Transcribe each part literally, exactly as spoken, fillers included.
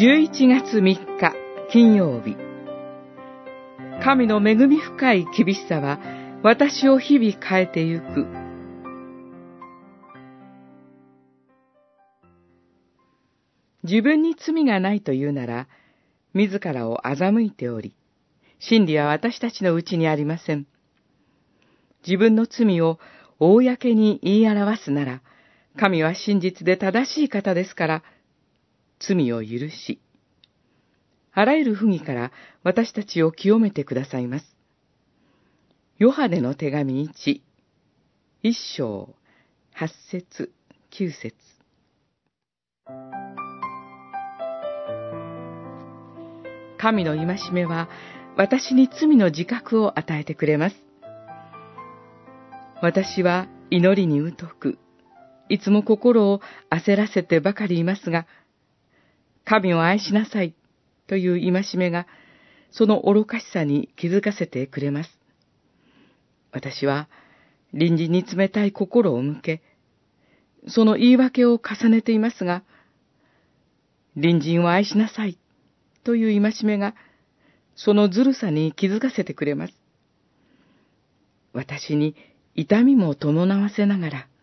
じゅういちがつみっか金曜日。神の恵み深い厳しさは私を日々変えてゆく。自分に罪がないというなら、自らを欺いており、真理は私たちのうちにありません。自分の罪を公に言い表すなら、神は真実で正しい方ですから、罪を許し、あらゆる不義から私たちを清めてくださいます。ヨハネの手紙いち、一章、八節、九節。神の戒めは私に罪の自覚を与えてくれます。私は祈りに疎く、いつも心を焦らせてばかりいますが、神を愛しなさいという戒めが、その愚かしさに気づかせてくれます。私は隣人に冷たい心を向け、その言い訳を重ねていますが、隣人を愛しなさいという戒めが、そのずるさに気づかせてくれます。私に痛みも伴わせながら、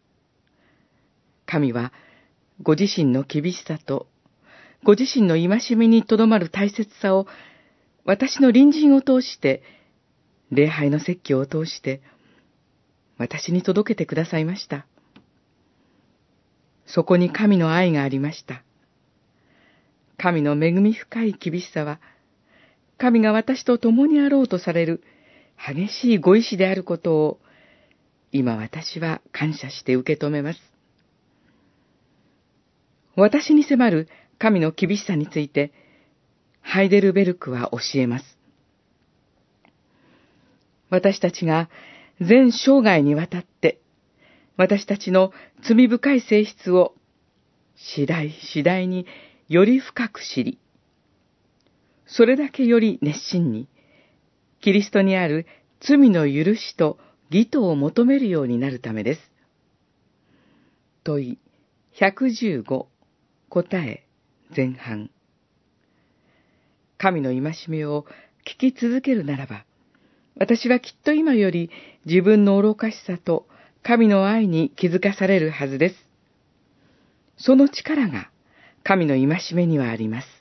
神はご自身の厳しさと、ご自身の戒めにとどまる大切さを、私の隣人を通して、礼拝の説教を通して、私に届けてくださいました。そこに神の愛がありました。神の恵み深い厳しさは、神が私と共にあろうとされる激しいご意志であることを、今私は感謝して受け止めます。私に迫る神の厳しさについて、ハイデルベルクは教えます。私たちが全生涯にわたって、私たちの罪深い性質を次第次第により深く知り、それだけより熱心に、キリストにある罪の許しと義とを求めるようになるためです。問いひゃくじゅうご、答え前半。神の戒めを聞き続けるならば、私はきっと今より自分の愚かしさと神の愛に気づかされるはずです。その力が神の戒めにはあります。